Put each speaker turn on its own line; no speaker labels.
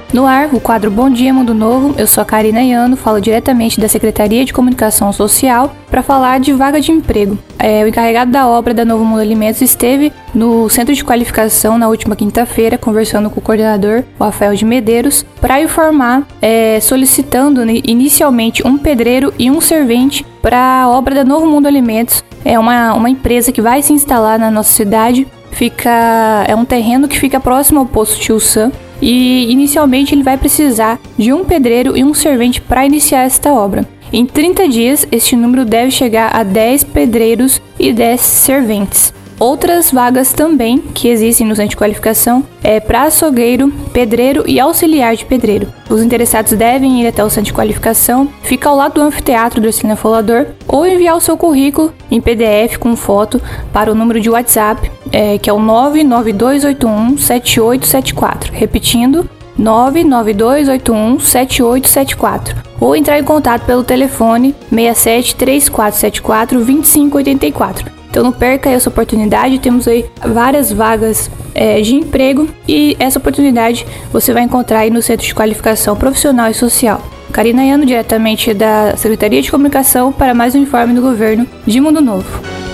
No ar, o quadro Bom Dia Mundo Novo. Eu sou a Karina Iano, falo diretamente da Secretaria de Comunicação Social para falar de vaga de emprego. O encarregado da obra da Novo Mundo Alimentos esteve no Centro de Qualificação na última quinta-feira, conversando com o coordenador, o Rafael de Medeiros, para informar, solicitando inicialmente um pedreiro e um servente para a obra da Novo Mundo Alimentos. É uma empresa que vai se instalar na nossa cidade. É um terreno que fica próximo ao posto Tio Sam. E inicialmente ele vai precisar de um pedreiro e um servente para iniciar esta obra. Em 30 dias, este número deve chegar a 10 pedreiros e 10 serventes. Outras vagas também que existem no centro de qualificação é para açougueiro, pedreiro e auxiliar de pedreiro. Os interessados devem ir até o centro de qualificação, fica ao lado do anfiteatro do Ercílio Afolador, ou enviar o seu currículo em PDF com foto para o número de WhatsApp, que é o 992817874. Repetindo, 992817874. Ou entrar em contato pelo telefone 67 3474 2584. Então não perca essa oportunidade, temos aí várias vagas de emprego e essa oportunidade você vai encontrar aí no Centro de Qualificação Profissional e Social. Karina Iano, diretamente da Secretaria de Comunicação, para mais um informe do Governo de Mundo Novo.